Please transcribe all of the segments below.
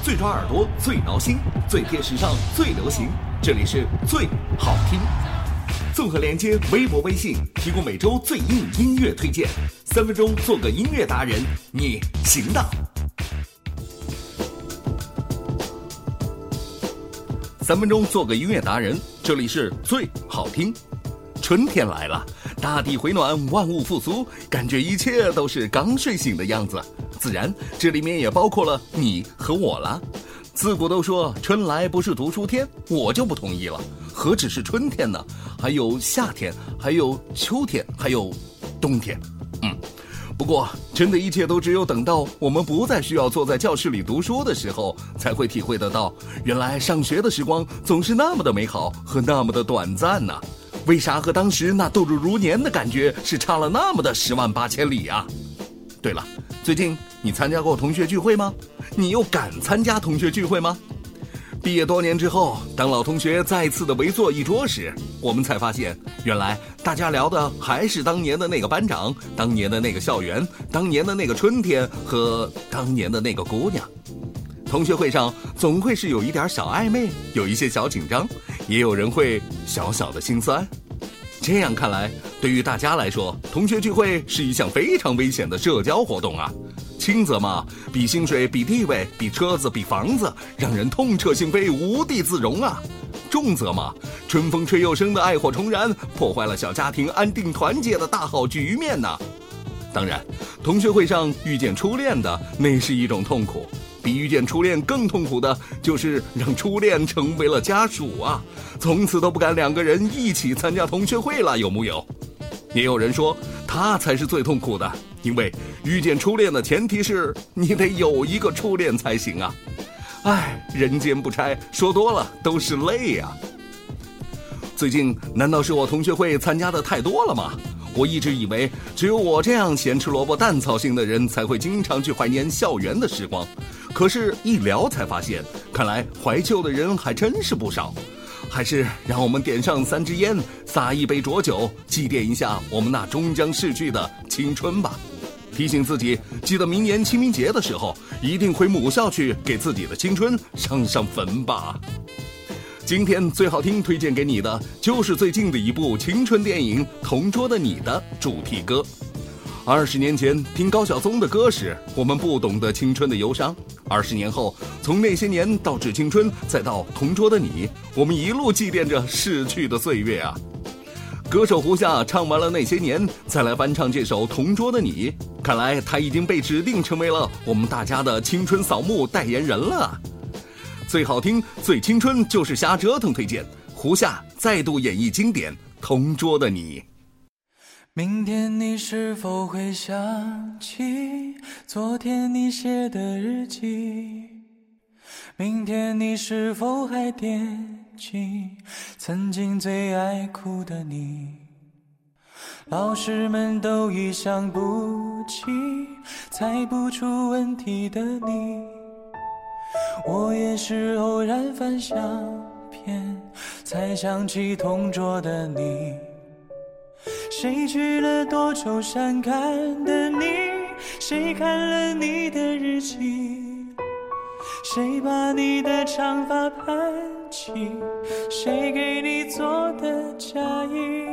最抓耳朵，最挠心，最贴时尚，最流行。这里是最好听。综合连接微博、微信，提供每周最硬音乐推荐。3分钟做个音乐达人，你行的。3分钟做个音乐达人，这里是最好听。春天来了，大地回暖，万物复苏，感觉一切都是刚睡醒的样子。自然，这里面也包括了你和我了。自古都说春来不是读书天，我就不同意了。何止是春天呢？还有夏天，还有秋天，还有冬天。不过真的一切都只有等到我们不再需要坐在教室里读书的时候，才会体会得到，原来上学的时光总是那么的美好和那么的短暂呢。为啥和当时那度日如年的感觉是差了那么的10万8千里啊？对了，最近你参加过同学聚会吗？你又敢参加同学聚会吗？毕业多年之后，当老同学再次的围坐一桌时，我们才发现，原来大家聊的还是当年的那个班长，当年的那个校园，当年的那个春天和当年的那个姑娘。同学会上总会是有一点小暧昧，有一些小紧张，也有人会小小的心酸。这样看来，对于大家来说，同学聚会是一项非常危险的社交活动啊。轻则嘛，比薪水，比地位，比车子，比房子，让人痛彻心扉，无地自容啊。重则嘛，春风吹又生的爱火重燃，破坏了小家庭安定团结的大好局面呐。当然，同学会上遇见初恋的，那是一种痛苦。比遇见初恋更痛苦的就是让初恋成为了家属啊，从此都不敢两个人一起参加同学会了，有木有？也有人说他才是最痛苦的，因为遇见初恋的前提是你得有一个初恋才行啊。人间不拆，说多了都是泪啊。最近难道是我同学会参加的太多了吗？我一直以为只有我这样咸吃萝卜淡操心的人才会经常去怀念校园的时光，可是一聊才发现，看来怀旧的人还真是不少。还是让我们点上3支烟，撒一杯浊酒，祭奠一下我们那终将逝去的青春吧。提醒自己，记得明年清明节的时候，一定回母校去给自己的青春上上坟吧。今天最好听推荐给你的，就是最近的一部青春电影《同桌的你》的主题歌。20年前听高晓松的歌时，我们不懂得青春的忧伤。20年后，从那些年到致青春，再到同桌的你，我们一路祭奠着逝去的岁月啊。歌手胡夏唱完了那些年，再来翻唱这首《同桌的你》，看来他已经被指定成为了我们大家的青春扫墓代言人了。最好听最青春就是瞎折腾推荐，胡夏再度演绎经典《同桌的你》。 明天你是否会想起昨天你写的日记？明天你是否还惦记曾经最爱哭的你？老师们都已想不起猜不出问题的你，我也是偶然翻相片才想起同桌的你。谁去了多愁善感的你？谁看了你的日记？谁把你的长发盘起？谁给你做的嫁衣？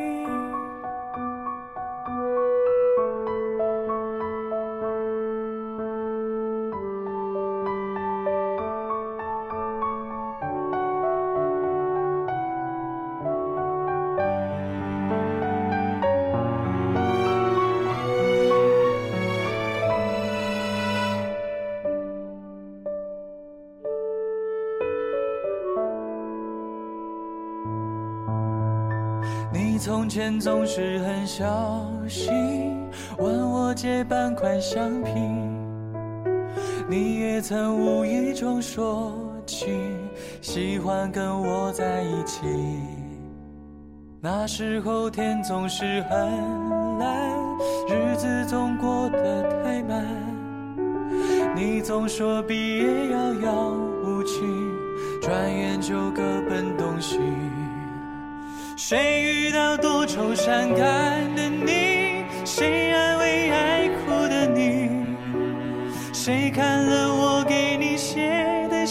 你从前总是很小心问我借半款橡皮，你也曾无意中说起喜欢跟我在一起。那时候天总是很蓝，日子总过得太慢，你总说毕业遥遥无期，转眼就各奔东西。谁遇到多愁善感的你？谁安慰爱哭的你？谁看了我给你写的